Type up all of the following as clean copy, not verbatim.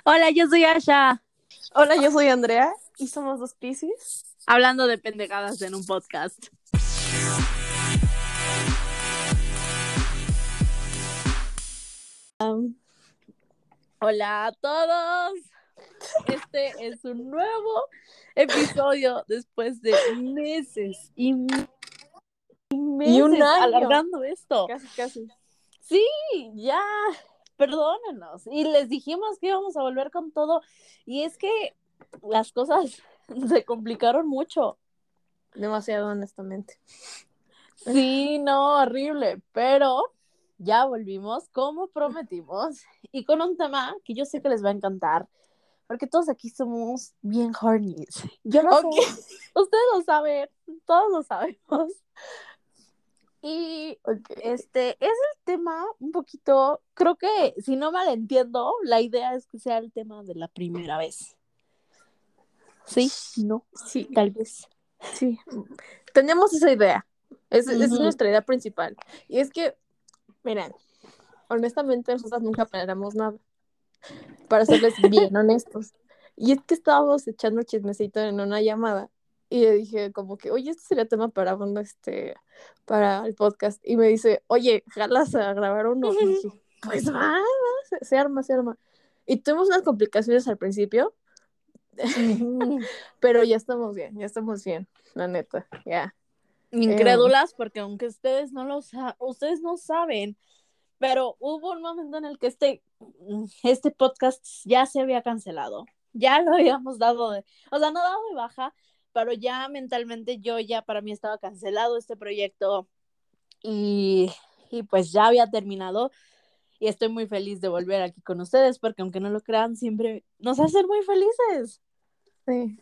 Hola, yo soy Asha, Hola, yo soy Andrea y somos dos Piscis. hablando de pendejadas en un podcast. Hola a todos. Este es un nuevo episodio después de meses y Y un meses año. alargando esto. Casi. Sí, ya, perdónenos. Y les dijimos que íbamos a volver con todo. Y es que las cosas se complicaron mucho. Demasiado, honestamente. Sí, no, horrible, pero ya volvimos como prometimos y con un tema que yo sé que les va a encantar, porque todos aquí somos bien hornies. Yo lo sé, Ok. ustedes lo saben, todos lo sabemos. Y Ok. es el tema un poquito, creo que si no mal entiendo, la idea es que sea el tema de la primera vez. ¿Sí? ¿No? Sí, Tal vez. sí. Tenemos esa idea. Es Ujú. nuestra idea principal. Y es que, miren, honestamente nosotros nunca planeamos nada. Para serles bien honestos. Y es que estábamos echando chismecito en una llamada. Y le dije como que, oye, este sería tema para para el podcast. Y me dice, oye, jalas a grabar uno. Y dije, pues va, se arma, se arma. Y tuvimos unas complicaciones al principio, Ujú. pero ya estamos bien, la neta, ya. Incrédulas, porque aunque ustedes no saben, pero hubo un momento en el que este podcast ya se había cancelado, ya lo habíamos o sea, no dado de baja, pero ya mentalmente para mí estaba cancelado este proyecto y, y pues ya había terminado y estoy muy feliz de volver aquí con ustedes porque aunque no lo crean, siempre nos hacen muy felices. Sí.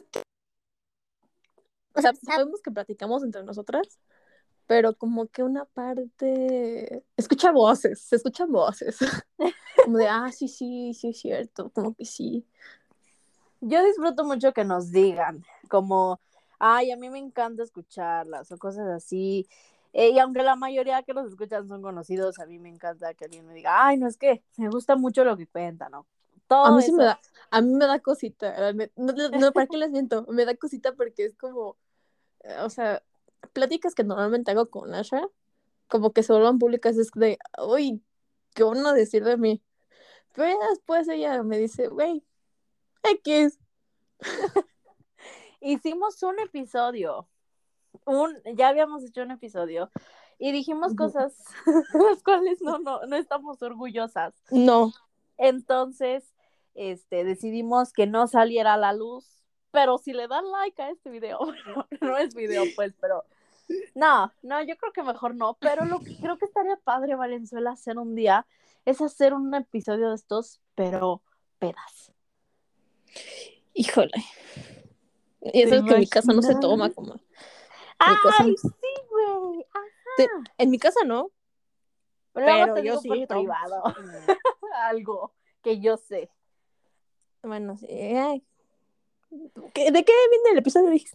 O sea, sabemos que platicamos entre nosotras, pero como que una parte se escuchan voces, como de, sí, es cierto, como que sí. Yo disfruto mucho que nos digan, como, ay, a mí me encanta escucharlas o cosas así. Y aunque la mayoría que los escuchan son conocidos, a mí me encanta que alguien me diga, ay, no es que me gusta mucho lo que cuentan, ¿no? A Todo mí sí eso. a mí me da cosita, no, ¿para qué les miento? Me da cosita porque es como, o sea, pláticas que normalmente hago con Asha, como que se vuelvan públicas, es de, uy, ¿qué van a decir de mí? Pero ya después ella me dice, güey, X. Hicimos un episodio, ya habíamos hecho un episodio y dijimos cosas las cuales no estamos orgullosas. No, Entonces, decidimos que no saliera a la luz, pero si le dan like a este video, bueno, no es video, pues, pero no, yo creo que mejor no, pero lo que creo que estaría padre, Valenzuela, hacer un día es hacer un episodio de estos, pero pedas. híjole. Y ¿Te eso es que en mi casa no se imaginas? toma como. Mi casa, ¡Ay, sí, güey! en mi casa no, Luego pero te yo digo por sí tomo. privado, algo que yo sé. Bueno, sí. Ay. ¿De qué viene el episodio, dijiste?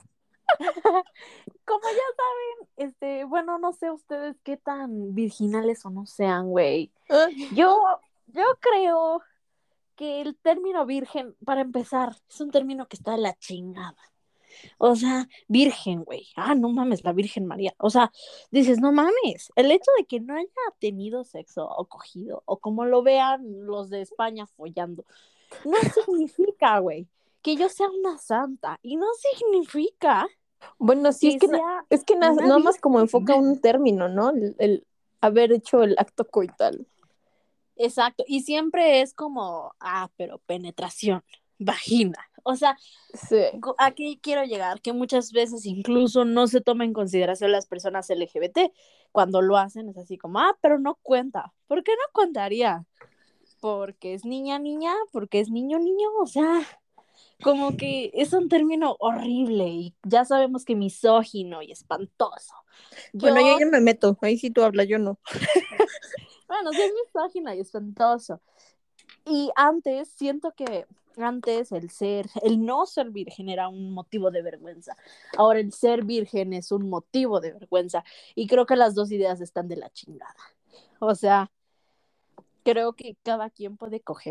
Como ya saben, bueno, no sé ustedes qué tan virginales o no sean, güey. Ay, Yo, yo creo que el término virgen, para empezar, es un término que está de la chingada. O sea, virgen, güey. Ah, no mames, la Virgen María. O sea, dices, no mames. El hecho de que no haya tenido sexo o cogido, o como lo vean los de España follando, no significa, güey, que yo sea una santa. Y no significa bueno, sí, que sea es que una nada más como enfoca virgen. un término, ¿no? El haber hecho el acto coital. Exacto, y siempre es como, pero penetración, vagina. O sea, Sí, aquí quiero llegar, que muchas veces incluso no se toma en consideración las personas LGBT. Cuando lo hacen es así como, pero no cuenta. ¿Por qué no contaría? Porque es niña, niña, porque es niño, niño. O sea, como que es un término horrible y ya sabemos que misógino y espantoso. bueno, yo Yo ya me meto, ahí sí tú hablas, yo no. Bueno, sí es misógino y espantoso. Y antes, siento que antes el no ser virgen era un motivo de vergüenza. Ahora el ser virgen es un motivo de vergüenza. Y creo que las dos ideas están de la chingada. O sea, creo que cada quien puede coger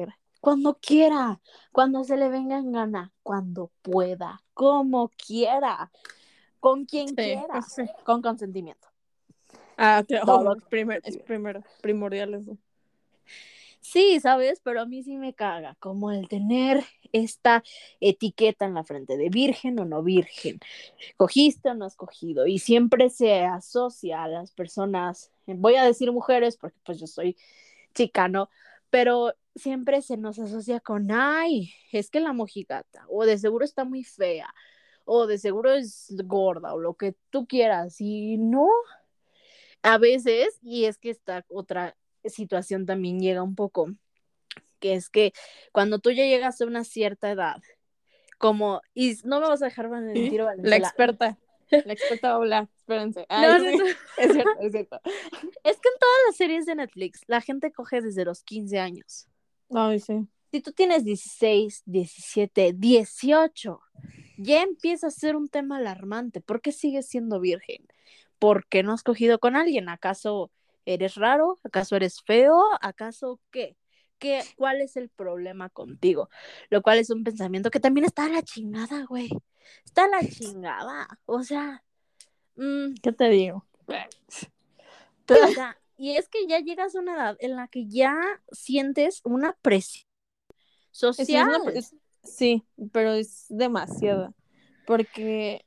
cuando quiera, cuando se le venga en gana, cuando pueda, como quiera, con quien Sí, quiera, sí. con consentimiento. Todo Todo. es primordial eso. Sí, ¿sabes? Pero a mí sí me caga, como el tener esta etiqueta en la frente de virgen o no virgen, cogiste o no has cogido, y siempre se asocia a las personas, voy a decir mujeres porque pues yo soy chica, ¿no? Pero siempre se nos asocia con, ay, es que la mojigata, o de seguro está muy fea, o de seguro es gorda, o lo que tú quieras, y no, a veces, y es que esta otra situación también llega un poco, que es que cuando tú ya llegas a una cierta edad, como, y no me vas a dejar ¿Sí? mentir, La Valenzuela. experta. La experta va a hablar. Espérense. Ay, No, no, sí. no. Es cierto, es cierto. Es que en todas las series de Netflix, la gente coge desde los 15 años. Ay, sí. Si tú tienes 16, 17, 18, ya empieza a ser un tema alarmante. ¿Por qué sigues siendo virgen? ¿Por qué no has cogido con alguien? ¿Acaso eres raro? ¿Acaso eres feo? ¿Acaso qué? ¿Cuál es el problema contigo? Lo cual es un pensamiento que también está a la chingada, güey. Está a la chingada. O sea, ¿Qué te digo? sí, o sea, y es que ya llegas a una edad en la que ya sientes una presión Sí, es social. sí, pero es demasiada. Porque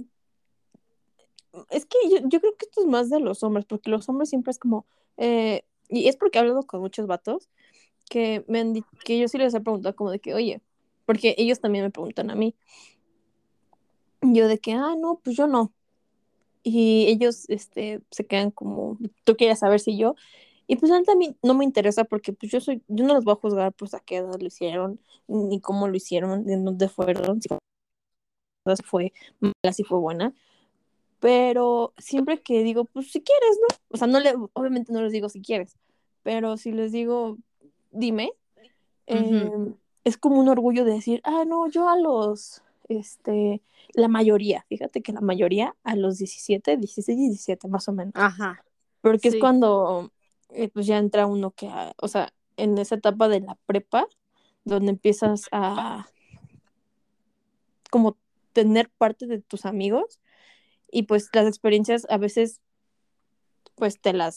es que yo creo que esto es más de los hombres, porque los hombres siempre es como, y es porque he hablado con muchos vatos que que yo sí les he preguntado como de que, oye, porque ellos también me preguntan a mí, yo de que, no, pues yo no. Y ellos, se quedan como, tú quieres saber si yo, y pues a mí también no me interesa porque pues yo no los voy a juzgar pues a qué edad lo hicieron, ni cómo lo hicieron, de dónde fueron, si fue mala, si fue buena. Pero siempre que digo, pues si quieres, ¿no? O sea, obviamente no les digo si quieres, pero si les digo, dime, eh, Ujú, es como un orgullo de decir, no, yo a la mayoría, fíjate que la mayoría a los 17, 16, 17 más o menos, ajá, porque es sí. cuando pues ya entra uno o sea, en esa etapa de la prepa, donde empiezas a como tener parte de tus amigos y pues las experiencias a veces pues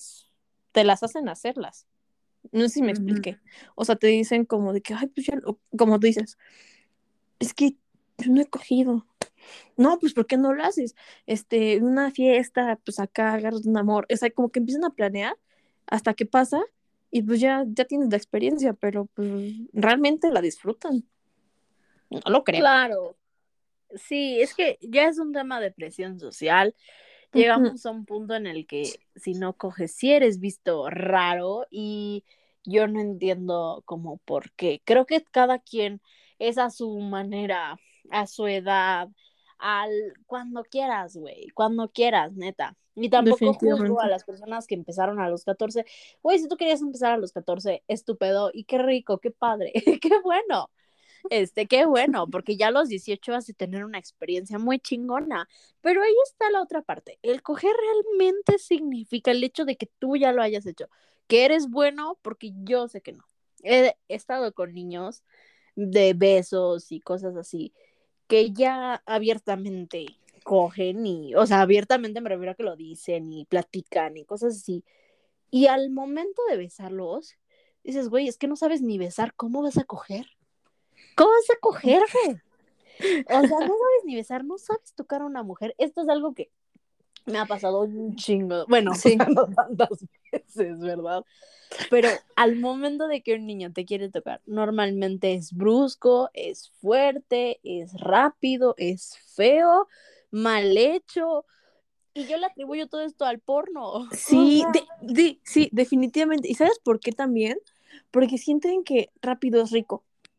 te las hacen hacerlas. No sé si me Ujú. expliqué. O sea, te dicen como de que, ay, pues ya, como tú dices, es que yo no he cogido. No, pues ¿por qué no lo haces? Una fiesta, pues acá agarras un amor. O sea, como que empiezan a planear hasta que pasa y pues ya tienes la experiencia, pero pues realmente la disfrutan. No lo creo. Claro, sí, es que ya es un tema de presión social. Ujú. Llegamos a un punto en el que si no coges, si eres visto raro, y yo no entiendo como por qué. Creo que cada quien es a su manera, a su edad, al cuando quieras, güey, cuando quieras, neta. Y tampoco juzgo a Definitivamente. las personas que empezaron a los 14. Güey, si tú querías empezar a los 14, estúpido, y qué rico, qué padre, qué bueno. Qué bueno, porque ya a los 18 vas a tener una experiencia muy chingona. Pero ahí está la otra parte. El coger realmente significa el hecho de que tú ya lo hayas hecho. Que eres bueno, porque yo sé que no. He estado con niños de besos y cosas así, que ya abiertamente cogen y, o sea, abiertamente me refiero a que lo dicen y platican y cosas así. Y al momento de besarlos, dices, güey, es que no sabes ni besar, ¿cómo vas a coger? ¿Cómo vas a coger, güey? O sea, no sabes ni besar, no sabes tocar a una mujer. Esto es algo que me ha pasado un chingo. Bueno, o Sí, sea, no tantas veces, ¿verdad? Pero al momento de que un niño te quiere tocar, normalmente es brusco, es fuerte, es rápido, es feo, mal hecho. Y yo le atribuyo todo esto al porno. O sí, sea, sí, definitivamente. ¿Y sabes por qué también? Porque sienten que rápido es rico.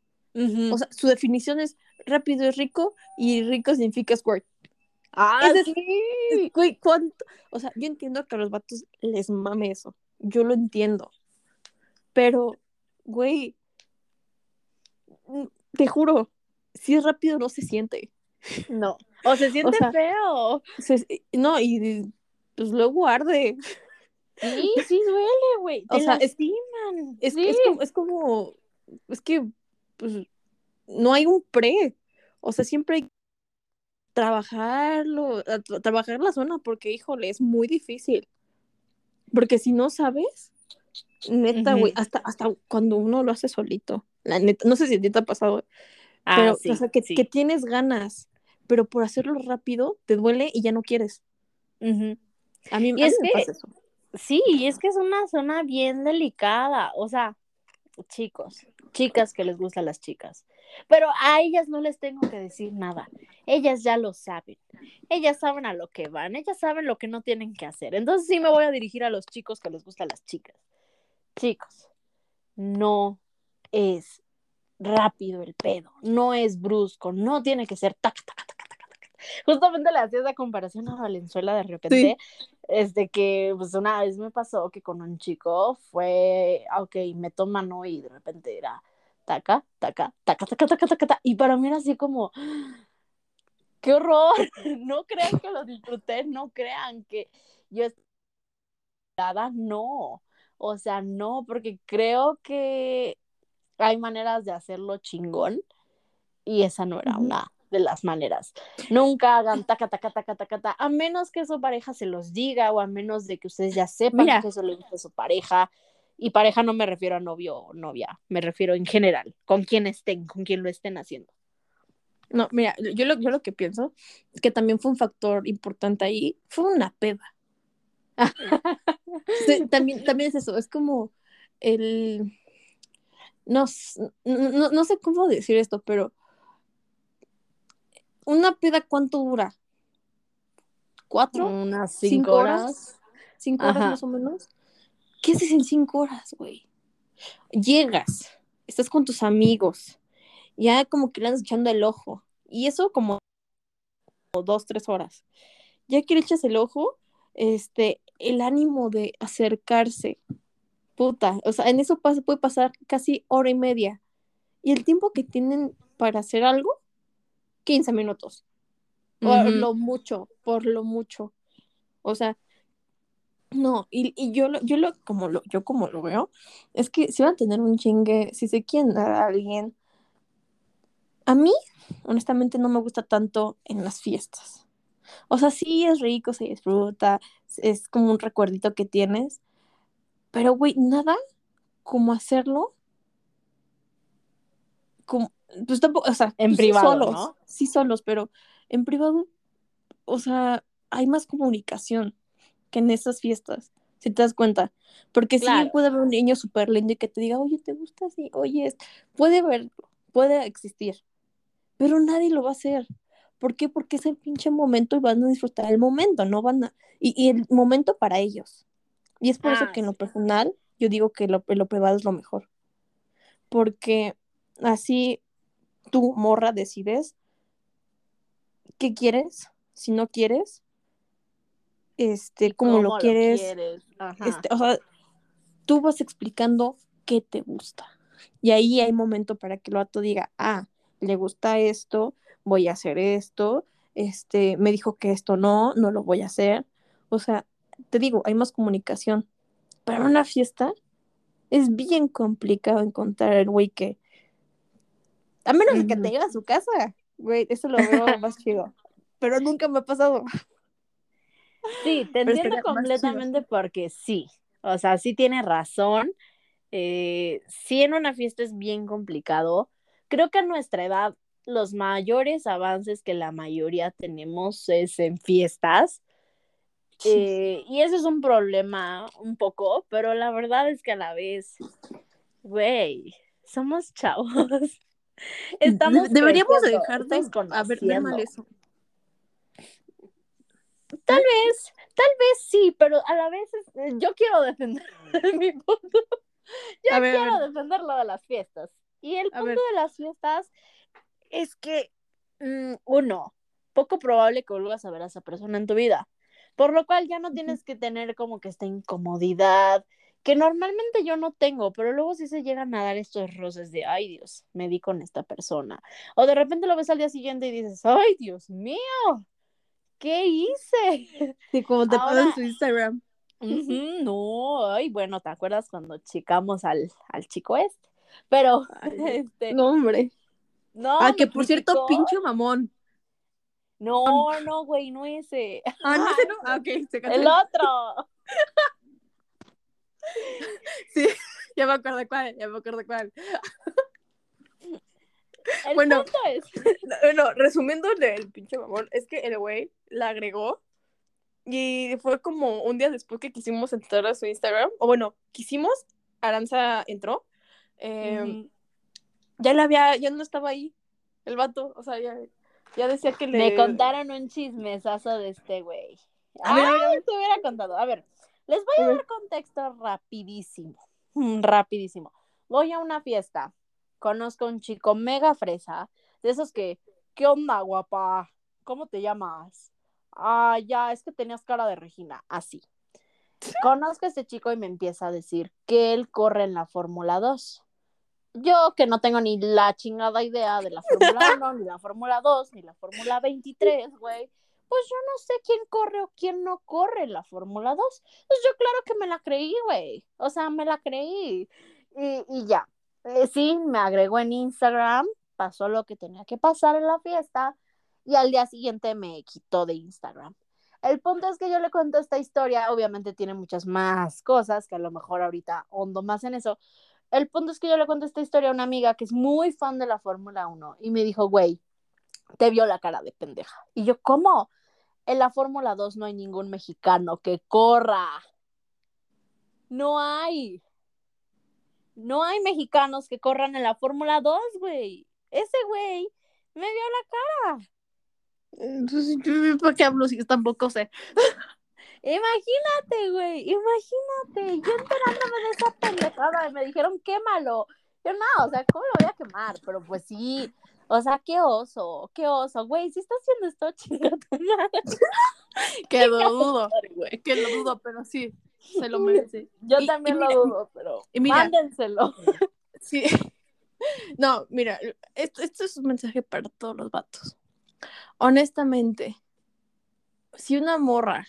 O ujú. sea, su definición es rápido es rico y rico significa squirt. Ah, Ese sí. güey, ¿cuánto? O sea, yo entiendo que a los vatos les mame eso. Yo lo entiendo. Pero, güey, te juro, si es rápido no se siente. No. O se O siente sea, feo. no, y pues luego arde. Sí, sí duele, güey. O Te sea, lastiman. Sí. es como es que, pues, no hay un pre. O sea, siempre hay que trabajar la zona, porque, híjole, es muy difícil. Porque si no sabes, neta, güey, Ujú. hasta cuando uno lo hace solito, la neta, no sé si a ti te ha pasado, Ah, pero, o sí, sea, que sí. tienes ganas, pero por hacerlo rápido te duele y ya no quieres. Ujú. Y A mí es me que, pasa eso. sí, y es que es una zona bien delicada, o sea, chicos, chicas que les gustan las chicas. Pero a ellas no les tengo que decir nada. Ellas ya lo saben. Ellas saben a lo que van, ellas saben lo que no tienen que hacer. Entonces sí me voy a dirigir a los chicos que les gustan las chicas. Chicos, no es rápido el pedo, no es brusco, no tiene que ser tac, tac, tac, tac, tac. Justamente le hacía esa comparación a Valenzuela de repente, Sí. que pues una vez me pasó que con un chico fue, ok, me toma, ¿no? Y de repente era taca, taca, taca, taca, taca, taca, taca, y para mí era así como, qué horror, no crean que lo disfruté, no crean que yo estaba, no, o sea, no, porque creo que hay maneras de hacerlo chingón y esa no era Ujú. una de las maneras. Nunca hagan taca, taca, taca, taca, taca, a menos que su pareja se los diga o a menos de que ustedes ya sepan que Mira, eso le gusta a su pareja. Y pareja no me refiero a novio o novia, me refiero en general, con quien estén, con quien lo estén haciendo. no, mira, yo lo que pienso es que también fue un factor importante ahí, fue una peda. Sí, también es eso, es como el, no sé cómo decir esto, pero una peda, ¿cuánto dura? ¿4? Unas cinco ¿5 horas? horas. 5 horas Ajá. más o menos. ¿Qué haces en 5 horas, güey? Llegas, estás con tus amigos, ya como que le andas echando el ojo, y eso como 2, 3 horas. Ya que le echas el ojo, el ánimo de acercarse, puta, o sea, en eso puede pasar casi hora y media. Y el tiempo que tienen para hacer algo, 15 minutos. Por Ujú. lo mucho, por lo mucho. O sea, no, y yo como lo veo, es que si van a tener un chingue, si se quieren dar a alguien, a mí, honestamente, no me gusta tanto en las fiestas. O sea, sí es rico, se disfruta, es como un recuerdito que tienes, pero güey, nada como hacerlo, como, pues tampoco, o sea, En pues privado, ¿no? sí solos, pero en privado, o sea, hay más comunicación que en esas fiestas, si te das cuenta. Porque sí Claro. puede haber un niño súper lindo y que te diga, oye, ¿te gusta así? Oye, puede haber, puede existir, pero nadie lo va a hacer. ¿Por qué? Porque es el pinche momento y van a disfrutar el momento, no van a... Y el momento para ellos. Y es por eso Ah, que en lo sí. personal yo digo que lo privado es lo mejor. Porque así tú, morra, decides qué quieres, si no quieres, ¿Y cómo lo cómo lo quieres, quieres? Ajá. o sea, tú vas explicando qué te gusta. Y ahí hay momento para que el vato diga, ah, le gusta esto, voy a hacer esto, me dijo que esto no lo voy a hacer. O sea, te digo, hay más comunicación. Pero en una fiesta es bien complicado encontrar el güey que, a menos de que te Ujú. lleve a su casa, güey, eso lo veo más chido. Pero nunca me ha pasado. Sí, te Pero entiendo estaría más chido. completamente porque sí, o sea, sí tiene razón. Sí, en una fiesta es bien complicado. Creo que a nuestra edad los mayores avances que la mayoría tenemos es en fiestas. Sí. Y eso es un problema un poco, pero la verdad es que a la vez, güey, somos chavos. Estamos Deberíamos de creciendo, dejar estamos ver mal conociendo. eso. ¿Eh? Tal vez sí, pero a la vez yo quiero defender mi punto. Yo A ver, quiero defender lo de las fiestas. Y el a punto ver. de las fiestas es que, uno, poco probable que vuelvas a ver a esa persona en tu vida. Por lo cual ya no Ujú. tienes que tener como que esta incomodidad, que normalmente yo no tengo, pero luego sí se llegan a dar estos roces de, ay Dios, me di con esta persona. O de repente lo ves al día siguiente y dices, ay Dios mío, ¿qué hice? Sí, como te pasó en Ahora, su Instagram. no, ay, bueno, ¿te acuerdas cuando checamos al chico este? Pero, Ay, no, hombre. no, Que me por cierto, criticó. pinche mamón. No, güey, no ese. No, ese no. Ok, se El canceló. otro. Sí, ya me acuerdo cuál. El Bueno, punto es. no, resumiendo del pinche mamón, es que el güey la agregó y fue como un día después que quisimos entrar a su Instagram, o bueno, Aranza entró, Uh-huh. ya no estaba ahí el vato, o sea, ya decía que Me le... contaron un chismesazo de este güey. A ver, a ver, a ver. Te hubiera contado. A ver, les voy A a ver. dar contexto rapidísimo. Rapidísimo. Voy a una fiesta. Conozco a un chico mega fresa. De esos que, ¿qué onda, guapa? ¿Cómo te llamas? Ah, ya, es que tenías cara de Regina. Así. Conozco a este chico y me empieza a decir que él corre en la Fórmula 2. Yo que no tengo ni la chingada idea de la Fórmula 1, ni la Fórmula 2, ni la Fórmula 23, güey. Pues yo no sé quién corre o quién no corre en la Fórmula 2. Pues yo claro que me la creí, güey. O sea, me la creí. Y ya. Sí, me agregó en Instagram, pasó lo que tenía que pasar en la fiesta y al día siguiente me quitó de Instagram. El punto es que yo le cuento esta historia, obviamente tiene muchas más cosas que a lo mejor ahorita hondo más en eso. El punto es que yo le cuento esta historia a una amiga que es muy fan de la Fórmula 1 y me dijo, güey, te vio la cara de pendeja. Y yo, ¿cómo? En la Fórmula 2 no hay ningún mexicano que corra. No hay. No hay mexicanos que corran en la Fórmula 2, güey. Ese güey me vio la cara. Entonces, ¿para qué hablo si tampoco sé? Imagínate, güey, imagínate. Yo enterándome de esa pendejada y me dijeron, quémalo. Yo no, o sea, ¿cómo lo voy a quemar? Pero pues sí, o sea, qué oso, güey, si estás haciendo esto, chinga tu madre. Que lo dudo, güey, que lo dudo, pero sí, se lo merece. Yo Y también lo mira, dudo, pero y mira, mándenselo. sí, no, mira, esto es un mensaje para todos los vatos. Honestamente, si una morra,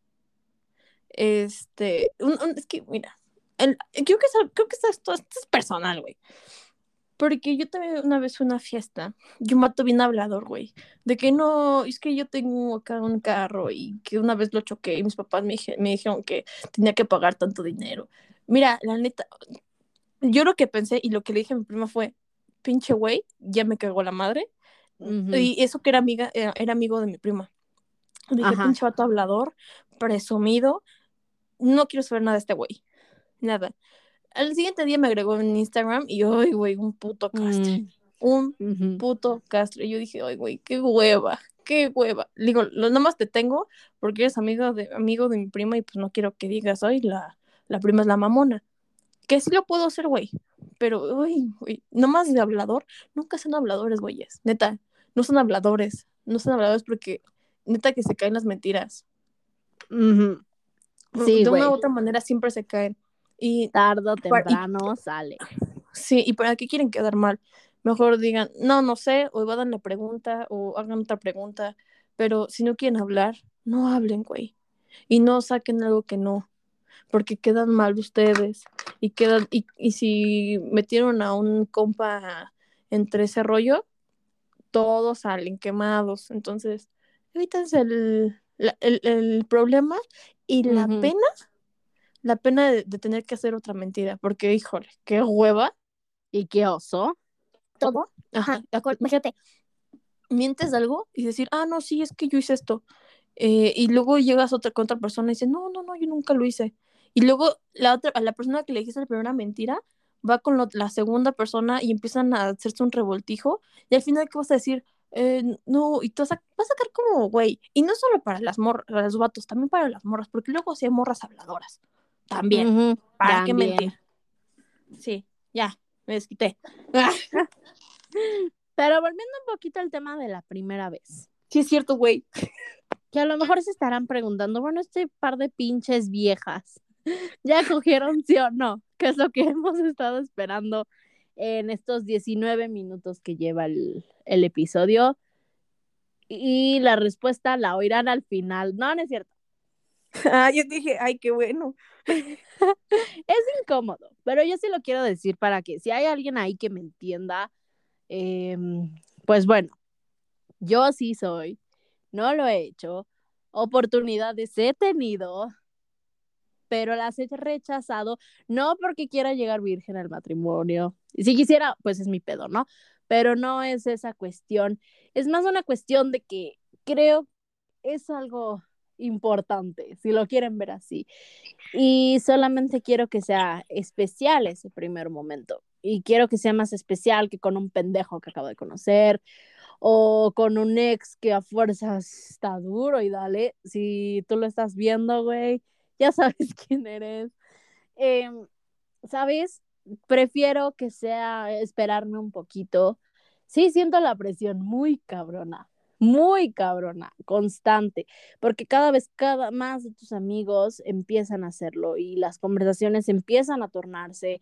es que, mira, creo que esto es personal, güey. Porque yo también una vez fui a una fiesta y un vato bien hablador, güey, de que no, es que yo tengo acá un carro y que una vez lo choqué y mis papás me dijeron que tenía que pagar tanto dinero. Mira, la neta, yo lo que pensé y lo que le dije a mi prima fue, pinche güey, ya me cagó la madre. Ujú. Y eso que era amigo de mi prima. Dije, Ajá. pinche vato hablador, presumido, no quiero saber nada de este güey, nada. Al siguiente día me agregó en Instagram y yo, ay, güey, un puto castre. Mm, Un ujú. puto castre. Y yo dije, ay, güey, qué hueva, qué hueva. Le digo, nomás te tengo porque eres amigo de mi prima y pues no quiero que digas, ay, la prima es la mamona. Que sí lo puedo hacer, güey. Pero, uy, güey, nomás de hablador, nunca son habladores, güeyes. Neta, no son habladores. No son habladores porque, neta, que se caen las mentiras. Ujú. Sí, De una u güey. otra manera siempre se caen. Y, Tarde o y temprano sale. sí, ¿y para qué quieren quedar mal? Mejor digan, no, no sé, o evadan la pregunta, o hagan otra pregunta, pero si no quieren hablar, no hablen, güey. Y no saquen algo que no, porque quedan mal ustedes. Y si metieron a un compa entre ese rollo, todos salen quemados. Entonces, evítense el problema y Ujú. la pena de tener que hacer otra mentira, porque, híjole, qué hueva ¿Y qué oso? todo. Ajá, imagínate, mientes algo y decir, ah, no, sí, es que yo hice esto. Y luego llegas con otra persona y dice, no, no, no, yo nunca lo hice. Y luego a la persona que le dijiste la primera mentira va con la segunda persona y empiezan a hacerse un revoltijo. Y al final, ¿qué vas a decir? No, y tú vas a sacar como, güey. Y no solo para los vatos, también para las morras, porque luego sí hay morras habladoras. También. Ujú. ¿Para qué mentir? También. Sí, ya, me desquité. Pero volviendo un poquito al tema de la primera vez, Sí, es cierto, güey. que a lo mejor se estarán preguntando, bueno, este par de pinches viejas, ¿ya cogieron sí o no? ¿Qué es lo que hemos estado esperando en estos 19 minutos que lleva el episodio? Y la respuesta la oirán al final. No, no es cierto. Yo dije, ay, qué bueno. Es incómodo. Pero yo sí lo quiero decir para que si hay alguien ahí que me entienda, pues bueno, yo sí soy, no lo he hecho, oportunidades he tenido, pero las he rechazado, no porque quiera llegar virgen al matrimonio. Y si quisiera, pues es mi pedo, ¿no? Pero no es esa cuestión, es más una cuestión de que creo es algo importante, si lo quieren ver así. Y solamente quiero que sea especial ese primer momento. Y quiero que sea más especial que con un pendejo que acabo de conocer o con un ex que a fuerzas está duro y dale. Si tú lo estás viendo, güey, ya sabes quién eres. Eh, ¿Sabes? Prefiero que sea esperarme un poquito. Sí, siento la presión muy cabrona, constante, porque cada vez, cada más de tus amigos empiezan a hacerlo y las conversaciones empiezan a tornarse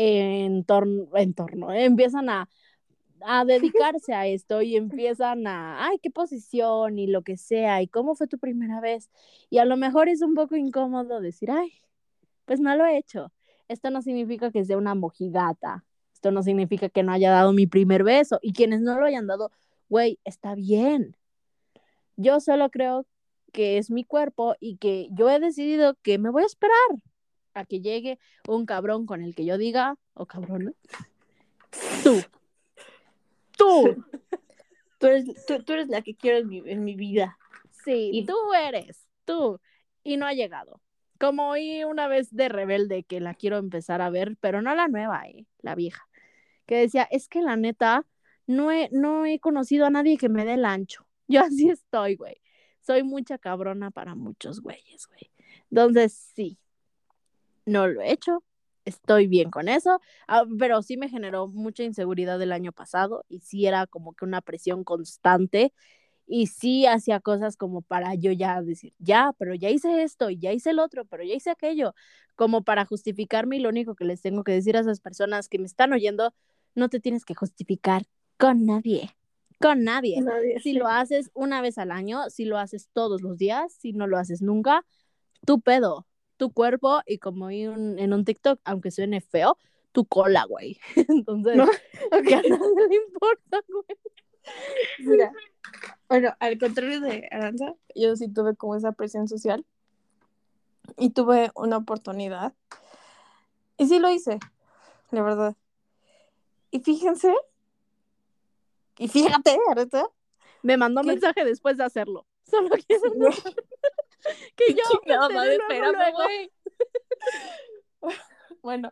empiezan a dedicarse a esto y empiezan a, ay, qué posición y lo que sea, y cómo fue tu primera vez. Y a lo mejor es un poco incómodo decir, ay, pues no lo he hecho. Esto no significa que sea una mojigata. Esto no significa que no haya dado mi primer beso. Y quienes no lo hayan dado, güey, está bien. Yo solo creo que es mi cuerpo y que yo he decidido que me voy a esperar a que llegue un cabrón con el que yo diga, oh cabrón, tú, tú, Tú eres la que quiero en mi vida. sí, Y tú eres, tú. Y no ha llegado. Como oí una vez de Rebelde que la quiero empezar a ver, pero no la nueva, la vieja, que decía, es que la neta, no he conocido a nadie que me dé el ancho. Yo así estoy, güey. Soy mucha cabrona para muchos güeyes, güey. Entonces, sí, no lo he hecho. Estoy bien con eso, pero sí me generó mucha inseguridad el año pasado y sí era como que una presión constante y sí hacía cosas como para yo ya decir, ya, pero ya hice esto, y ya hice el otro, pero ya hice aquello, como para justificarme y lo único que les tengo que decir a esas personas que me están oyendo, no te tienes que justificar con nadie, con nadie. nadie, Si sí. lo haces una vez al año, si lo haces todos los días, si no lo haces nunca, tu pedo, tu cuerpo y como en un TikTok, aunque suene feo, tu cola, güey. ¿No? Entonces, que a Ok. nadie le importa, güey. Mira, bueno, al contrario de Aranza, yo sí tuve como esa presión social y tuve una oportunidad. Y sí lo hice, la verdad. Y fíjense, y fíjate, Aranza, Me mandó que mensaje después de hacerlo. Solo quiero sí, güey, que qué yo me chingada enteré madre, luego, espérame, luego. güey. Bueno,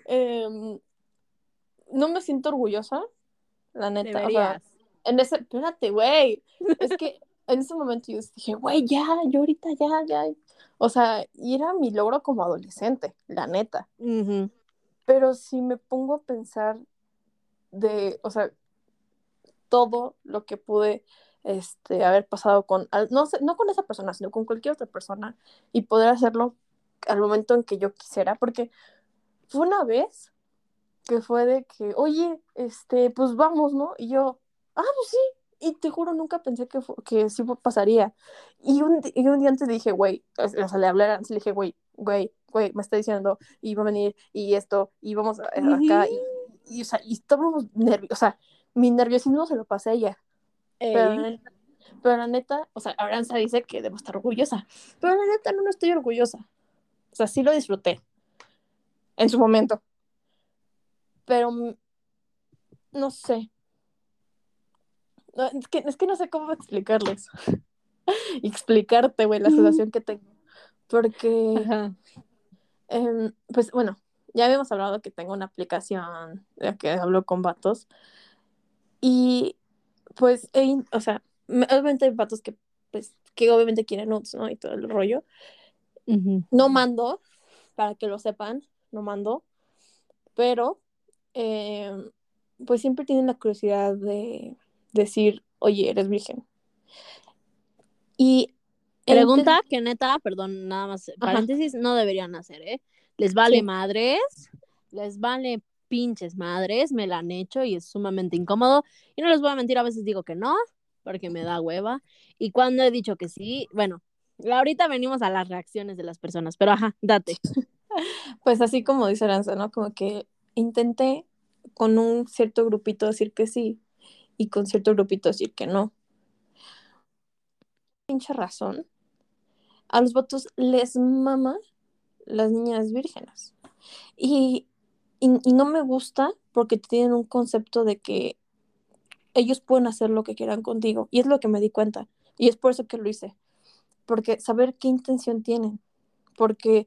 no me siento orgullosa, la neta. O sea, Deberías. espérate, güey. Es que en ese momento yo dije, güey, ya, yo ahorita ya. O sea, y era mi logro como adolescente, la neta. Ujú. Pero si me pongo a pensar o sea, todo lo que pude haber pasado no sé, no con esa persona, sino con cualquier otra persona y poder hacerlo al momento en que yo quisiera, porque fue una vez que fue de que, oye, pues vamos, ¿no? Y yo, pues sí, y te juro, nunca pensé que sí pasaría. Y un día antes dije, güey, o sea, le hablé, le dije, güey, me está diciendo, y va a venir, y esto, y vamos Ujú. acá, o sea, y estábamos nerviosos, o sea, mi nerviosismo se lo pasé a ella, pero Ey. la neta, o sea, Aranza dice que debo estar orgullosa, pero la neta no estoy orgullosa, o sea, sí lo disfruté en su momento, pero no sé, no, es que no sé cómo explicarles, explicarte, güey, la sensación que tengo, porque, Ajá. pues bueno, ya habíamos hablado que tengo una aplicación de que hablo con vatos, y pues, o sea, obviamente hay vatos pues, que obviamente quieren nudes, ¿no? Y todo el rollo. Ujú. No mando, para que lo sepan, no mando, pero eh, pues siempre tienen la curiosidad de decir, oye, eres virgen. Y he Pregunta intentado, que neta, perdón, nada más, ajá, paréntesis, no deberían hacer, ¿eh? Les vale sí, madres, les vale pinches madres, me la han hecho y es sumamente incómodo. Y no les voy a mentir, a veces digo que no, porque me da hueva. Y cuando he dicho que sí, bueno, ahorita venimos a las reacciones de las personas, pero ajá, date. Pues así como dice Aranza, ¿no? Como que intenté con un cierto grupito decir que sí y con cierto grupito decir que no. Pinche razón. A los vatos les mama las niñas vírgenes. Y, y no me gusta porque tienen un concepto de que ellos pueden hacer lo que quieran contigo. Y es lo que me di cuenta. Y es por eso que lo hice. Porque saber qué intención tienen. Porque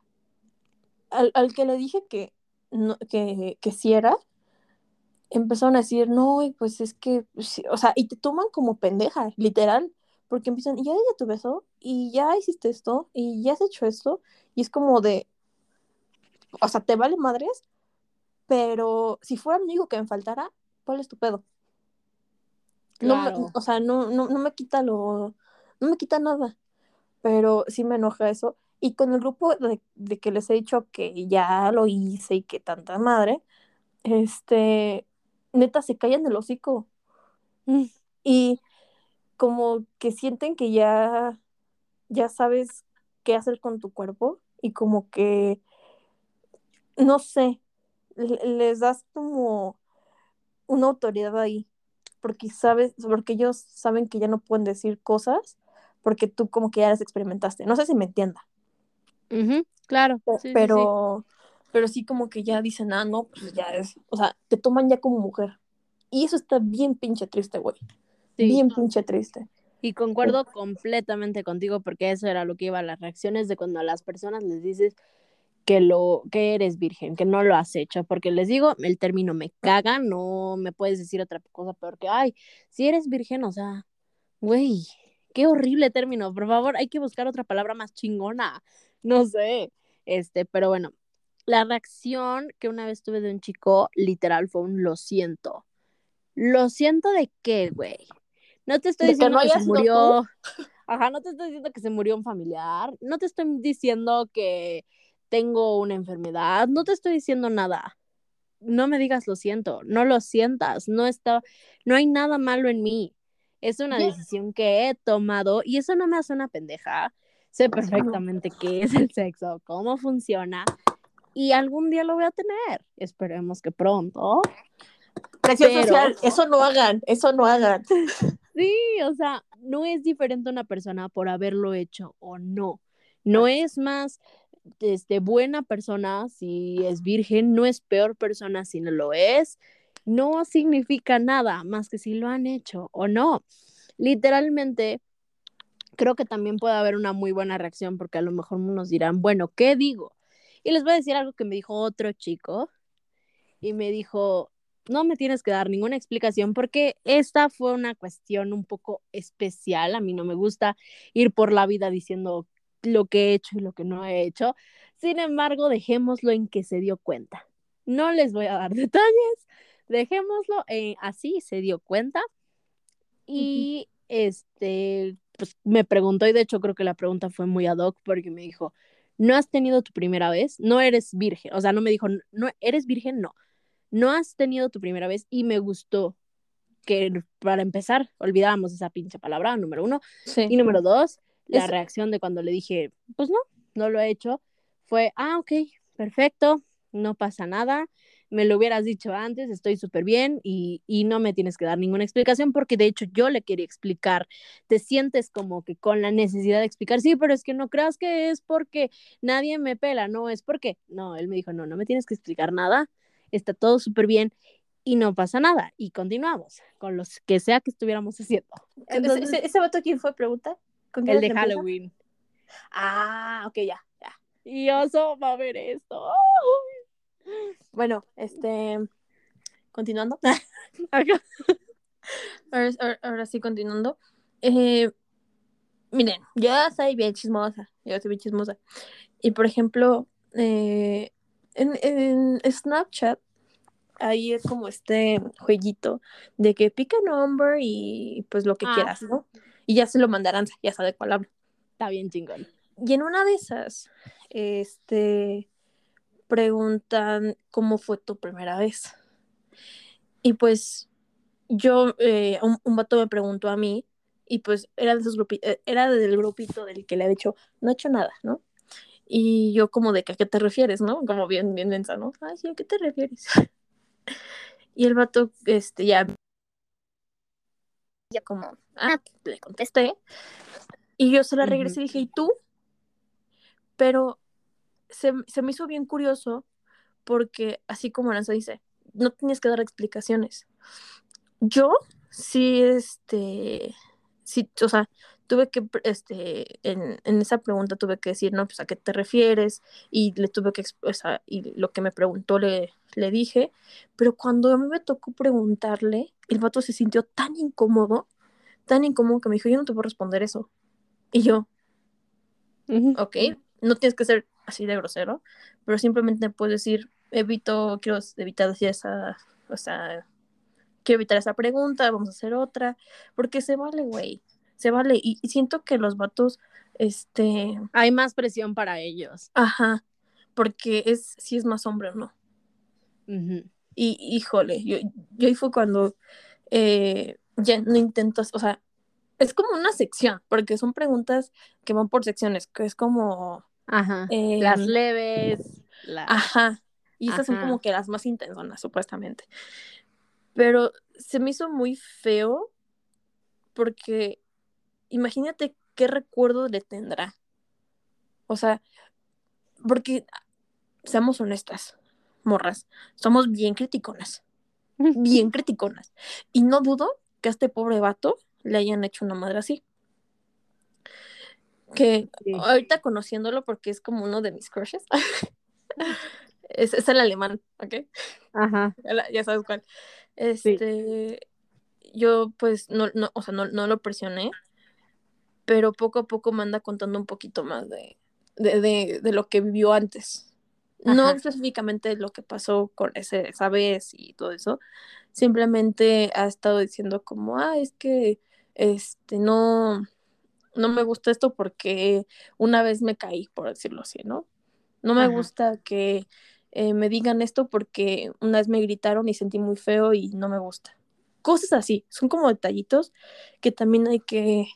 al que le dije que, no, que sí era, empezaron a decir, no, y pues es que, sí", o sea, y te toman como pendeja, literal, porque empiezan, y ya ella te besó, y ya hiciste esto, y ya has hecho esto, y es como de, o sea, te vale madres, pero si fuera lo único que me faltara, ¿cuál es tu pedo? No me, Claro. o sea, no me quita no me quita nada, pero sí me enoja eso. Y con el grupo de que les he dicho que ya lo hice y que tanta madre, neta, se callan el hocico. Mm, Y como que sienten que ya sabes qué hacer con tu cuerpo y como que, no sé, les das como una autoridad ahí, porque sabes, porque ellos saben que ya no pueden decir cosas porque tú como que ya las experimentaste. No sé si me entienda, ujú, claro, sí, sí, sí. pero, pero sí como que ya dicen, ah, no, pues ya es, o sea, te toman ya como mujer. Y eso está bien pinche triste, güey. Sí. Bien pinche triste. Y concuerdo completamente contigo porque eso era lo que iba a las reacciones de cuando a las personas les dices que eres virgen, que no lo has hecho, porque les digo, el término me caga, no me puedes decir otra cosa peor que, ay, si eres virgen, o sea, güey, qué horrible término, por favor, hay que buscar otra palabra más chingona, no sé, pero bueno, la reacción que una vez tuve de un chico, literal, fue un lo siento de qué, güey, no te estoy De que diciendo no que se haya sido tú. murió. Ajá, no te estoy diciendo que se murió un familiar, no te estoy diciendo que tengo una enfermedad, no te estoy diciendo nada. No me digas lo siento, no lo sientas, no hay nada malo en mí. Es una Ya, decisión que he tomado y eso no me hace una pendeja. Sé no. perfectamente qué es el sexo, cómo funciona y algún día lo voy a tener. Esperemos que pronto, Presión pero social, eso no hagan, eso no hagan. sí, o sea, no es diferente una persona por haberlo hecho o no. No es más buena persona si es virgen, no es peor persona si no lo es. No significa nada más que si lo han hecho o no. Literalmente, creo que también puede haber una muy buena reacción porque a lo mejor unos dirán, bueno, ¿qué digo? Y les voy a decir algo que me dijo otro chico y me dijo, no me tienes que dar ninguna explicación porque esta fue una cuestión un poco especial. A mí no me gusta ir por la vida diciendo lo que he hecho y lo que no he hecho. Sin embargo, dejémoslo en que se dio cuenta. No les voy a dar detalles, dejémoslo en así se dio cuenta y pues me preguntó y de hecho creo que la pregunta fue muy ad hoc porque me dijo, ¿no has tenido tu primera vez? No eres virgen, o sea, no me dijo, ¿no eres virgen? No has tenido tu primera vez y me gustó que para empezar olvidábamos esa pinche palabra, número uno. Sí. Y número dos, la Es, reacción de cuando le dije, pues no, no lo he hecho, fue, ah, ok, perfecto, no pasa nada, me lo hubieras dicho antes, estoy súper bien y no me tienes que dar ninguna explicación porque de hecho yo le quería explicar, te sientes como que con la necesidad de explicar, sí, pero es que no creas que es porque nadie me pela, no, es porque, no, él me dijo, no, no me tienes que explicar nada, está todo súper bien y no pasa nada. Y continuamos con los que sea que estuviéramos haciendo. Entonces, ese vato quién fue, pregunta. ¿Con el quién de empieza? Halloween. Ah, ok, ya, ya. Y Oso va a ver esto. Bueno, continuando. Ahora sí, continuando. Eh, miren, yo soy bien chismosa. Yo soy bien chismosa. Y por ejemplo, en Snapchat, ahí es como este jueguito de que pica number y pues lo que Ah, quieras, sí, ¿no? Y ya se lo mandarán, ya sabe cuál hablo. está bien chingón. Y en una de esas, preguntan cómo fue tu primera vez. Y pues un vato me preguntó a mí y pues era, era del grupito del que le había dicho, no he hecho nada, ¿no? Y yo como de que a qué te refieres, ¿no? Como bien, bien densa, ¿no? Ay, sí, ¿a qué te refieres? Y el vato, ya como, le contesté. Y yo se la regresé y dije, ¿y tú? Pero se me hizo bien curioso porque, así como Aranza dice, no tienes que dar explicaciones. Yo sí, sí, o sea, tuve que, en esa pregunta tuve que decir, no, pues a qué te refieres, y le tuve que expresar, y lo que me preguntó le dije, pero cuando a mí me tocó preguntarle, el vato se sintió tan incómodo que me dijo, yo no te puedo responder eso. Y yo, ok, no tienes que ser así de grosero, pero simplemente puedes decir, quiero evitar decir o sea, quiero evitar esa pregunta, vamos a hacer otra, porque se vale, güey, se vale, y siento que los vatos, hay más presión para ellos. ajá, porque si es más hombre o no. Y híjole, yo ahí fue cuando ya no intentas, o sea, es como una sección, porque son preguntas que van por secciones, que es como, Ajá, las eh, leves, las... ajá, y esas son como Ajá. que las más intensas, supuestamente. Pero se me hizo muy feo porque imagínate qué recuerdo le tendrá. O sea, porque seamos honestas, morras, somos bien criticonas. Y no dudo que a este pobre vato le hayan hecho una madre así. Que Sí. ahorita conociéndolo, porque es como uno de mis crushes, es el alemán, ¿ok? Ajá, Ya sabes cuál. sí. Yo pues o sea, no lo presioné, pero poco a poco me anda contando un poquito más de lo que vivió antes. No Ajá. específicamente lo que pasó con esa vez y todo eso, simplemente ha estado diciendo como, es que no me gusta esto porque una vez me caí, por decirlo así, ¿no? No me Ajá. gusta que me digan esto porque una vez me gritaron y sentí muy feo y no me gusta. Cosas así, son como detallitos que también hay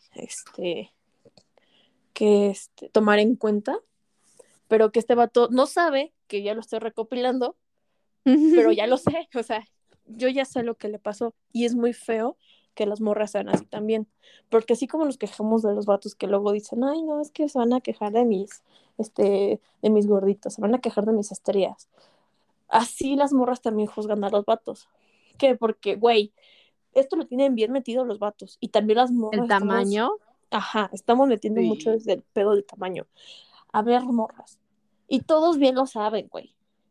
que tomar en cuenta, pero que este vato no sabe que ya lo estoy recopilando, pero ya lo sé, o sea, yo ya sé lo que le pasó y es muy feo que las morras sean así también, porque así como nos quejamos de los vatos que luego dicen, ay, no, es que se van a quejar de mis gorditos, se van a quejar de mis estrías, así las morras también juzgan a los vatos, que porque, güey, esto lo tienen bien metido los vatos y también las El morras tamaño, estamos metiendo mucho sí. desde el pedo del tamaño. A ver, morras. Y todos bien lo saben, güey.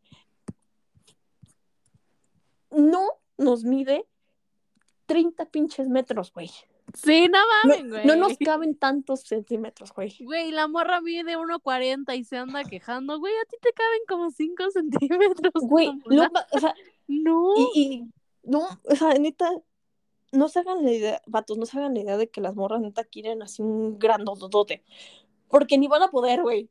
No nos mide 30 pinches metros, güey. Sí, no No, mames, no nos güey. caben tantos centímetros, güey. Güey, la morra mide 1.40 y se anda quejando, güey, a ti te caben como 5 centímetros, Güey, mamona. o sea, No. no, o sea, neta, no se hagan la idea, vatos, no se hagan la idea de que las morras neta quieren así un grandotote. Porque ni van a poder, güey.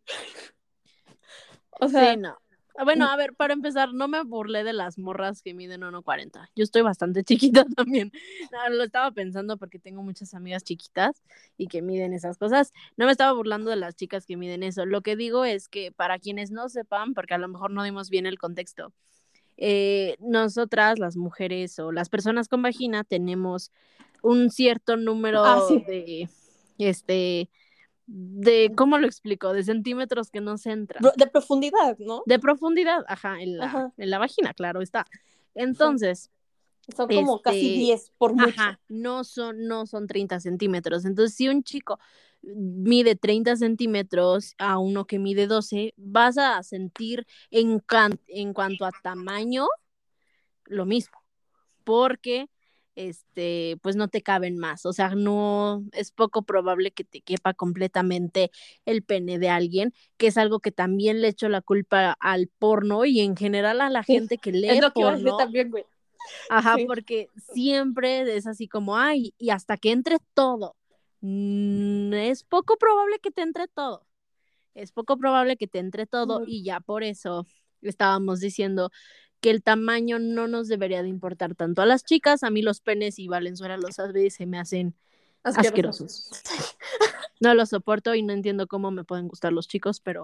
O Sí, sea, no. Bueno, a ver, para empezar, no me burlé de las morras que miden 1.40. Yo estoy bastante chiquita también. No, lo estaba pensando porque tengo muchas amigas chiquitas y que miden esas cosas. No me estaba burlando de las chicas que miden eso. Lo que digo es que para quienes no sepan, porque a lo mejor no dimos bien el contexto, nosotras, las mujeres o las personas con vagina, tenemos un cierto número sí, este, ¿cómo lo explico? De centímetros que nos entran. de profundidad, ¿no? De profundidad, ajá, en la, Ajá, en la vagina, claro está. ajá. Entonces, Son como casi 10 por mucho. ajá, no son 30 centímetros. Entonces, si un chico mide 30 centímetros a uno que mide 12, vas a sentir en cuanto a tamaño lo mismo, porque pues no te caben más, o sea, no es poco probable que te quepa completamente el pene de alguien, que es algo que también le echo la culpa al porno y en general a la Sí, gente que es lee lo que iba a decir porno, también, güey. ajá, Sí. porque siempre es así como, ay, y hasta que entre todo, es poco probable que te entre todo, es poco probable que te entre todo y ya por eso estábamos diciendo que el tamaño no nos debería de importar tanto a las chicas. A mí los penes y Valenzuela los sabe y se me hacen Asqueroso. asquerosos. No los soporto y no entiendo cómo me pueden gustar los chicos, pero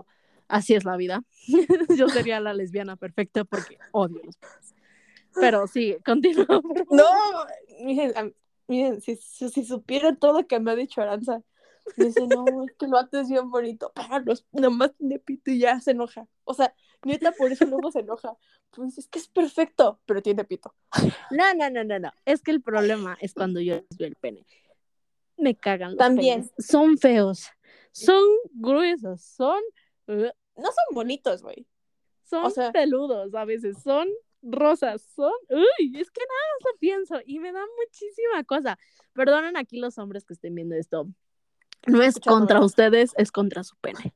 Así es la vida. Yo sería la lesbiana perfecta porque odio los penes. Pero sí, continúa, por favor. No, miren, si supieran todo lo que me ha dicho Aranza, me dice, no, es que lo haces bien bonito, pero nomás tiene pito y ya se enoja. O sea, neta, por eso luego se enoja. Pues es que es perfecto, pero tiene pito. No. Es que el problema es cuando yo les veo el pene. Me cagan los También. penes. Son feos. Son gruesos. Son No son bonitos, güey. son O sea, peludos a veces. Son rosas. Son. Uy, es que nada más lo pienso. Y me da muchísima cosa. Perdonen aquí los hombres que estén viendo esto. No es escuchando, contra ¿verdad? ustedes, es contra su pene.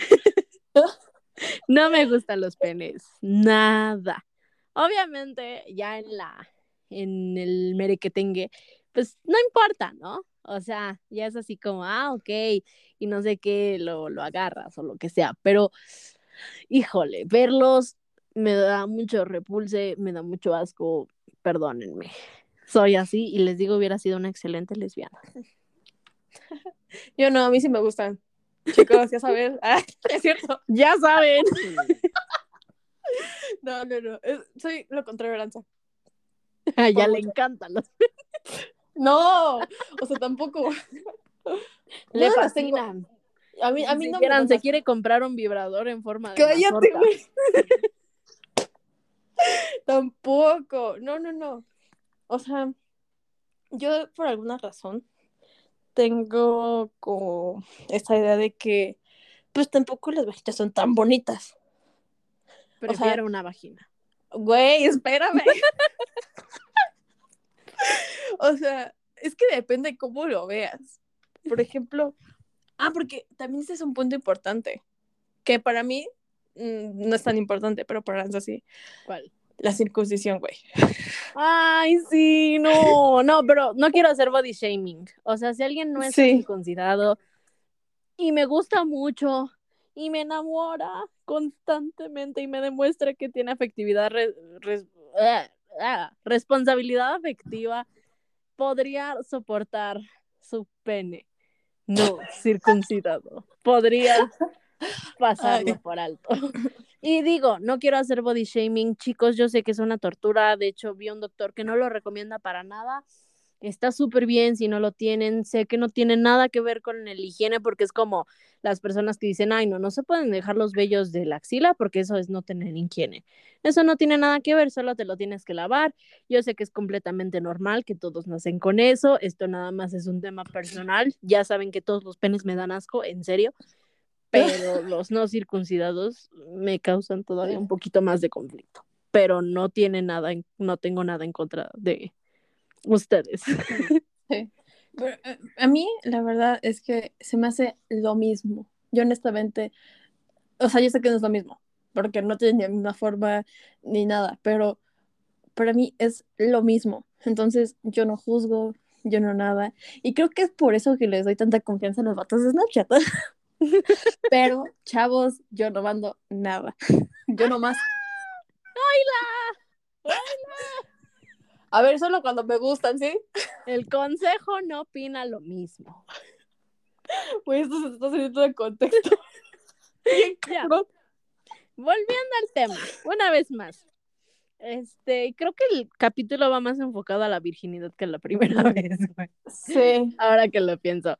No me gustan los penes. Nada. Obviamente, ya en el merequetengue, pues no importa, ¿no? O sea, ya es así como, ok, y no sé qué, lo agarras o lo que sea, pero, híjole, verlos me da mucho repulse, me da mucho asco, perdónenme. Soy así y les digo, hubiera sido una excelente lesbiana. Yo no, a mí sí me gustan. Chicos, ya saben. Ah, es cierto. Ya saben. No. Soy lo contrario de Aranza. A ella Por le mucho. encantan los. No, o sea, tampoco. Yo Le no las tengo. fascinan. A Y mí si no me vieran, dan se asco. quiere comprar un vibrador en forma de Cállate, mazorca. güey. Tampoco. No. O sea, yo por alguna razón tengo como esta idea de que pues tampoco las vaginas son tan bonitas. O sea, Prefiero una vagina. güey, espérame. O sea, es que depende de cómo lo veas. Por ejemplo, porque también ese es un punto importante, que para mí no es tan importante, pero para Aranza sí. ¿Cuál? La circuncisión, güey. Ay, sí, no, pero no quiero hacer body shaming. O sea, si alguien no está Sí. circuncidado y me gusta mucho y me enamora constantemente y me demuestra que tiene afectividad, responsabilidad afectiva, podría soportar su pene no circuncidado. Podría pasarlo Ay, por alto. Y digo, no quiero hacer body shaming, chicos, yo sé que es una tortura, de hecho vi a un doctor que no lo recomienda para nada, está súper bien si no lo tienen, sé que no tiene nada que ver con el higiene porque es como las personas que dicen, ay, no se pueden dejar los vellos de la axila porque eso es no tener higiene. Eso no tiene nada que ver, solo te lo tienes que lavar. Yo sé que es completamente normal, que todos nacen con eso, esto nada más es un tema personal, ya saben que todos los penes me dan asco, en serio, pero los no circuncidados me causan todavía un poquito más de conflicto. Pero no tiene nada, no tengo nada en contra de ustedes. sí. Pero, a mí, la verdad es que se me hace lo mismo. Yo honestamente, o sea, yo sé que no es lo mismo, porque no tiene ni la misma forma ni nada, pero para mí es lo mismo. Entonces, yo no juzgo, yo no nada. Y creo que es por eso que les doy tanta confianza a los vatos de Snapchat. Pero, chavos, yo no mando nada. Yo nomás. ¡Oila! A ver, solo cuando me gustan, ¿sí? El consejo no opina lo mismo. Pues esto se está saliendo de contexto. Bien Ya, cabrón. volviendo al tema, una vez más. Creo que el capítulo va más enfocado a la virginidad que la primera vez, güey. Sí. Ahora que lo pienso.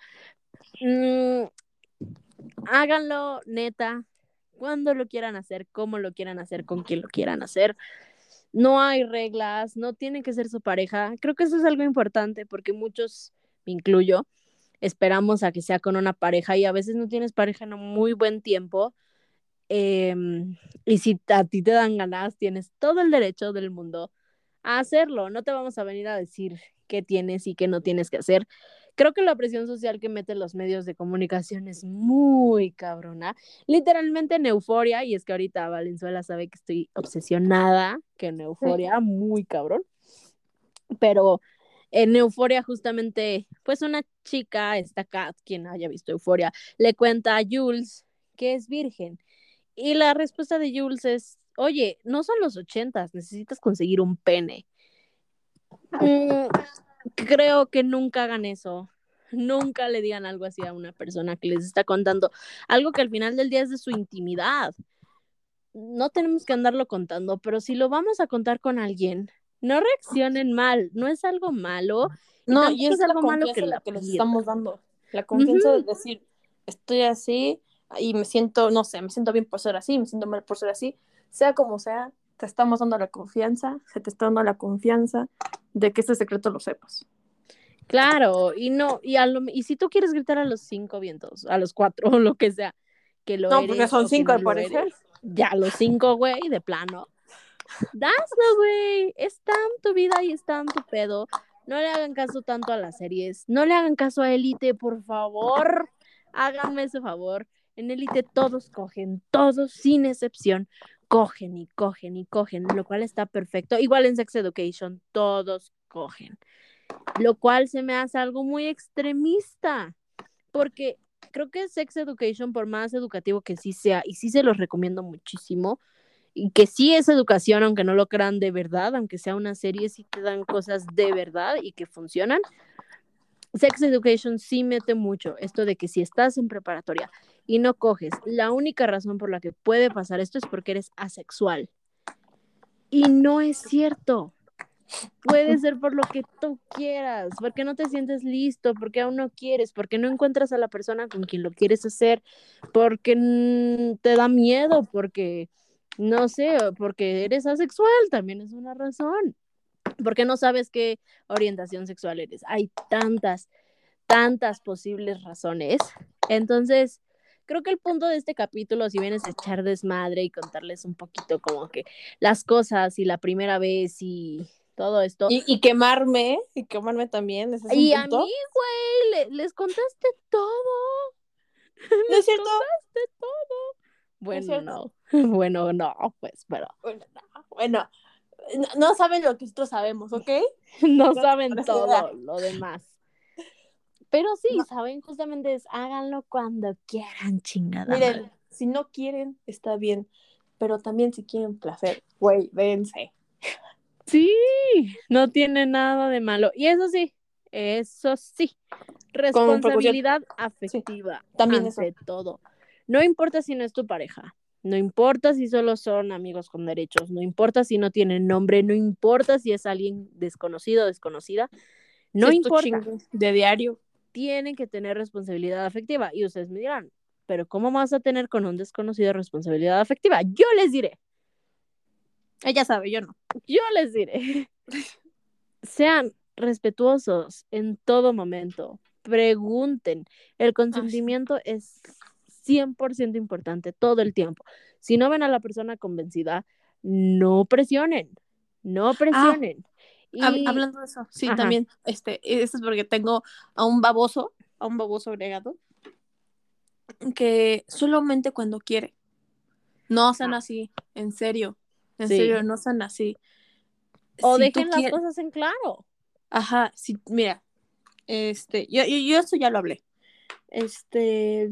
Háganlo, neta, cuando lo quieran hacer, cómo lo quieran hacer, con quién lo quieran hacer. No hay reglas, no tiene que ser su pareja. Creo que eso es algo importante porque muchos, me incluyo, esperamos a que sea con una pareja y a veces no tienes pareja en un muy buen tiempo. Y si a ti te dan ganas, tienes todo el derecho del mundo a hacerlo. No te vamos a venir a decir qué tienes y qué no tienes que hacer. Creo que la presión social que meten los medios de comunicación es muy cabrona. Literalmente en euforia, y es que ahorita Valenzuela sabe que estoy obsesionada con euforia, muy cabrón. Pero en Euforia justamente, pues una chica, esta Kat, quien haya visto Euforia, le cuenta a Jules que es virgen. Y la respuesta de Jules es, oye, no son los 80, necesitas conseguir un pene. Creo que nunca hagan eso. Nunca le digan algo así a una persona que les está contando algo que al final del día es de su intimidad. No tenemos que andarlo contando, pero si lo vamos a contar con alguien, no reaccionen mal, no es algo malo y No, y tampoco es es la algo malo que confianza la lo que les pierdan. estamos dando. La confianza de Ujú. decir, estoy así y me siento, no sé, me siento bien por ser así, me siento mal por ser así. Sea como sea, te estamos dando la confianza, se te está dando la confianza de que este secreto lo sepas. Claro, y no, y si tú quieres gritar a los 5 vientos, a los 4, o lo que sea, que lo No, porque eres son o que 5 no al lo parecer. eres, ya a los 5, güey, de plano, daslo, güey, está en tu vida y está en tu pedo. No le hagan caso tanto a las series, no le hagan caso a Élite, por favor, háganme ese favor. En Élite todos cogen, todos sin excepción, cogen y cogen y cogen, lo cual está perfecto. Igual en Sex Education, todos cogen, lo cual se me hace algo muy extremista, porque creo que Sex Education, por más educativo que sí sea, y sí se los recomiendo muchísimo, y que sí es educación, aunque no lo crean de verdad, aunque sea una serie, sí te dan cosas de verdad y que funcionan. Sex Education sí mete mucho esto de que si estás en preparatoria y no coges, la única razón por la que puede pasar esto es porque eres asexual. Y no es cierto. Puede ser por lo que tú quieras, porque no te sientes listo, porque aún no quieres, porque no encuentras a la persona con quien lo quieres hacer, porque te da miedo, porque no sé, porque eres asexual, también es una razón, porque no sabes qué orientación sexual eres. Hay tantas, tantas posibles razones. Entonces, creo que el punto de este capítulo, si bien es echar desmadre y contarles un poquito como que las cosas y la primera vez y todo esto. Y quemarme también, ese es un Y a mí, punto. güey, les contaste todo. No es Les cierto, contaste todo. no es Bueno, cierto. no. Bueno, no, pues, pero Bueno, no, bueno, no saben lo que nosotros sabemos, ¿ok? no Gracias por saben esa idea. todo lo demás. Pero sí, No, saben, justamente es háganlo cuando quieran, chingada miren, madre. si no quieren, está bien, pero también si quieren placer, güey, dense. Sí, no tiene nada de malo. Y eso sí, Con precaución. responsabilidad Sí, afectiva también eso. ante todo. No importa si no es tu pareja, no importa si solo son amigos con derechos, no importa si no tienen nombre, no importa si es alguien desconocido o desconocida, Si no es tu importa. chingue de diario. Tienen que tener responsabilidad afectiva. Y ustedes me dirán, pero ¿cómo vas a tener con un desconocido responsabilidad afectiva? Ella sabe, yo no. Yo les diré. Sean respetuosos en todo momento. Pregunten. El Ah, sí. consentimiento es 100% importante todo el tiempo. Si no ven a la persona convencida, no presionen. No Ah, presionen. Y, hablando de eso, sí, ajá, también, esto es porque tengo a un baboso agregado, que solamente cuando quiere. No sean ah, así, en sí. serio, no sean así. O Si tú dejen las quieres, cosas en claro. ajá, si, mira, yo eso ya lo hablé. Este,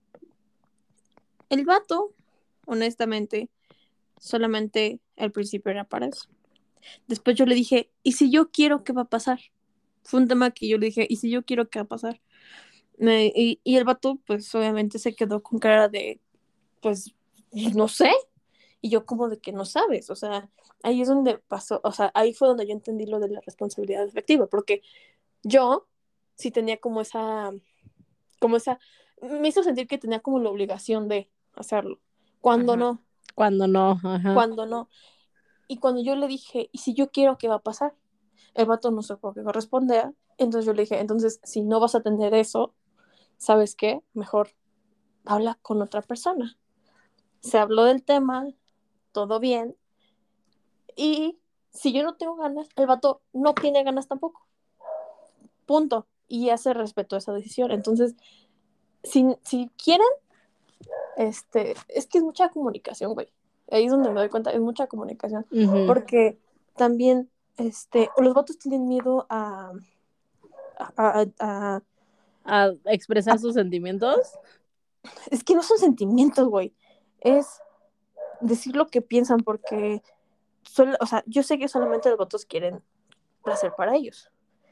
el vato, honestamente, solamente al principio era para eso. Después yo le dije, ¿y si yo quiero qué va a pasar? Fue un tema que yo le dije, ¿y si yo quiero qué va a pasar? Y el vato, pues obviamente se quedó con cara de, pues, no sé. Y yo como de que no sabes, o sea, ahí es donde pasó, o sea, ahí fue donde yo entendí lo de la responsabilidad afectiva, porque yo sí tenía como esa, me hizo sentir que tenía como la obligación de hacerlo, cuando Ajá. no, Cuando no, ajá. cuando no. Y cuando yo le dije, ¿y si yo quiero qué va a pasar? El vato no supo qué corresponder, entonces yo le dije, entonces si no vas a tener eso, ¿sabes qué? Mejor habla con otra persona. Se habló del tema, todo bien, y si yo no tengo ganas, el vato no tiene ganas tampoco. Punto. Y ya se respetó esa decisión. Entonces, si quieren, es que es mucha comunicación, güey. Ahí es donde me doy cuenta, es mucha comunicación. Ujú. Porque también, los vatos tienen miedo a, a- A expresar a- sus sentimientos. es que no son sentimientos, güey. Es decir lo que piensan porque, o sea, yo sé que solamente los vatos quieren placer para ellos.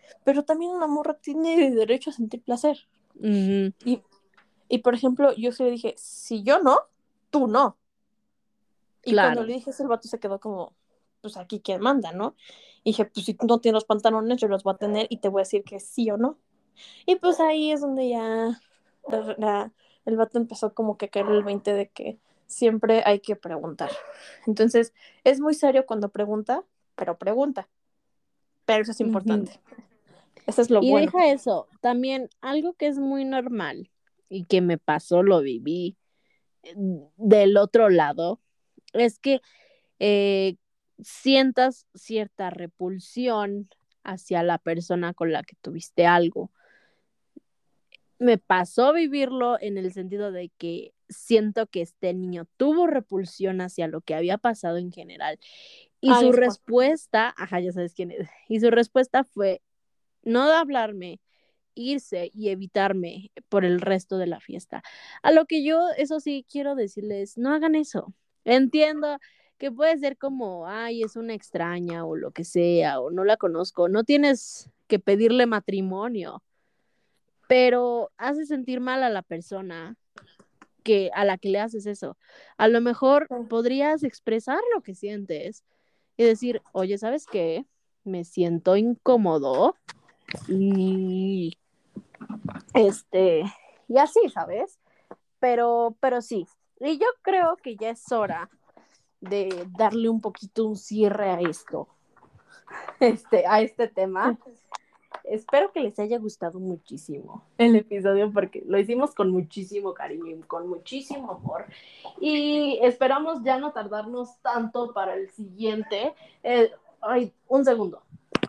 pero también una morra tiene derecho a sentir placer. Ujú. Y por ejemplo, yo sí le dije, si yo no, tú no. Y cuando Claro. le dije eso, el vato se quedó como, pues aquí quién manda, ¿no? Y dije, pues si tú no tienes los pantalones, yo los voy a tener y te voy a decir que sí o no. Y pues ahí es donde ya el vato empezó como que a caer el 20 de que siempre hay que preguntar. Entonces, es muy serio cuando pregunta, pero pregunta. Pero eso es Ujú. importante. Eso es lo Y bueno. deja eso, también algo que es muy normal y que me pasó, lo viví del otro lado, es que eh, sientas cierta repulsión hacia la persona con la que tuviste algo. Me pasó vivirlo en el sentido de que siento que este niño tuvo repulsión hacia lo que había pasado en general y Ah, su ya sé cuál. respuesta, ajá, ya sabes quién es, y su respuesta fue no hablarme, irse y evitarme por el resto de la fiesta. A lo que yo, eso sí, quiero decirles, no hagan eso. Entiendo que puede ser como, ay, es una extraña o lo que sea, o no la conozco, no tienes que pedirle matrimonio, pero hace sentir mal a la persona que a la que le haces eso. A lo mejor podrías expresar lo que sientes y decir, oye, ¿sabes qué? Me siento incómodo y este, y así, ¿sabes? Pero sí. Y yo creo que ya es hora de darle un poquito un cierre a esto, a este tema. Espero que les haya gustado muchísimo el episodio porque lo hicimos con muchísimo cariño y con muchísimo amor. Y esperamos ya no tardarnos tanto para el siguiente. Ay, un segundo.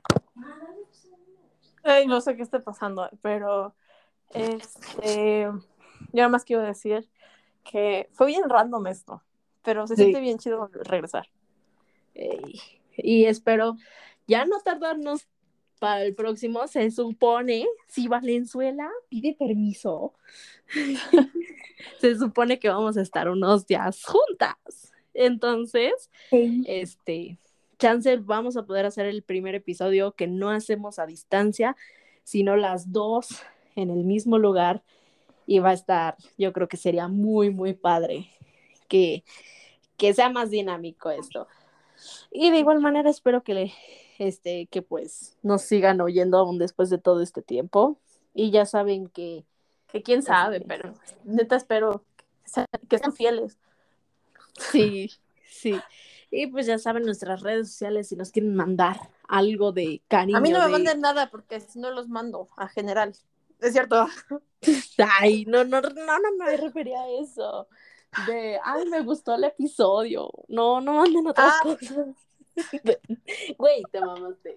Ay, no sé qué está pasando, pero yo nada más quiero decir que fue bien random esto, pero se siente Sí. bien chido regresar. Y espero ya no tardarnos para el próximo. Se supone, si Valenzuela pide permiso, se supone que vamos a estar unos días juntas. Entonces, Sí. chance vamos a poder hacer el primer episodio que no hacemos a distancia, sino las dos en el mismo lugar y va a estar, yo creo que sería muy, muy padre que, que sea más dinámico esto. Y de igual manera espero que pues nos sigan oyendo aún después de todo este tiempo. Y ya saben que, Que quién sabe, este, pero neta espero que sean fieles. sí, sí. Y pues ya saben nuestras redes sociales si nos quieren mandar algo de A mí no cariño, me de, manden nada porque si no los mando a general. Es cierto. ay, no me refería a eso. De, ay, me gustó el episodio. No, no manden otras Ah, cosas. Güey, te mamaste.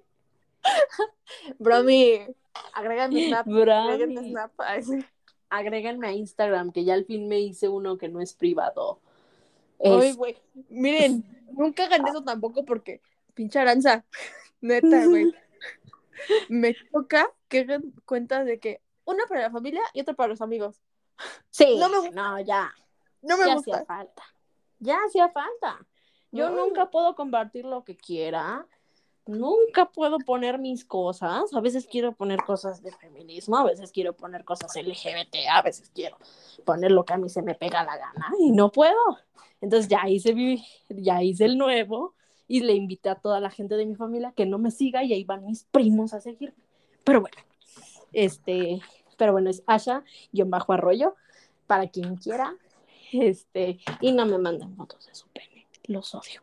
Bromi, agrégame Snap, agrégame Brami. Snap. Ay, sí. Agréguenme a Instagram, que ya al fin me hice uno que no es privado. Ay, Es. güey, miren, nunca hagan eso tampoco porque pinche Aranza, neta, güey, me toca que hagan cuenta de que una para la familia y otra para los amigos. Sí, No me gusta, no, ya. no me Ya hacía gusta. falta. Ya hacía falta. Yo No, nunca puedo compartir lo que quiera. Nunca puedo poner mis cosas. A veces quiero poner cosas de feminismo, a veces quiero poner cosas LGBT, a veces quiero poner lo que a mí se me pega la gana y no puedo. Entonces ya hice el nuevo y le invité a toda la gente de mi familia que no me siga y ahí van mis primos a seguirme. Pero bueno, este, pero bueno, es Asha-Arroyo para quien quiera. Y no me manden fotos de su pene. Los odio.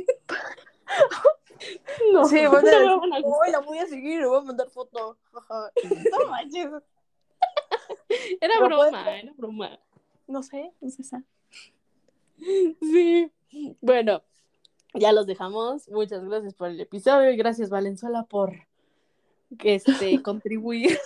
No, sí, voy a no me decir, van a hoy gustar. la voy a seguir, le voy a mandar foto. Jaja. No manches, Era pero puede, broma, era broma. no sé, esa. Sí. Bueno, ya los dejamos. Muchas gracias por el episodio y gracias Valenzuela por contribuir.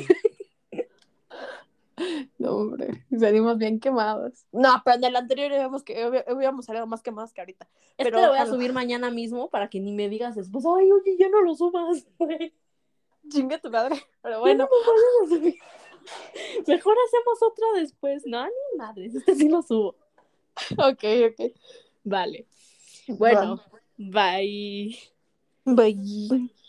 No, hombre, salimos bien quemados. No, pero en el anterior vimos que hubiéramos salido más quemados que ahorita. Este Pero lo voy a jalo, subir mañana mismo para que ni me digas después, ay, oye, ya no lo subas, güey. chinga tu madre. Pero Ya no bueno, lo vayas a subir. Mejor hacemos otro después. No, ni madres, este sí lo subo. ok, ok. Vale. Va. Bueno, bye. Bye.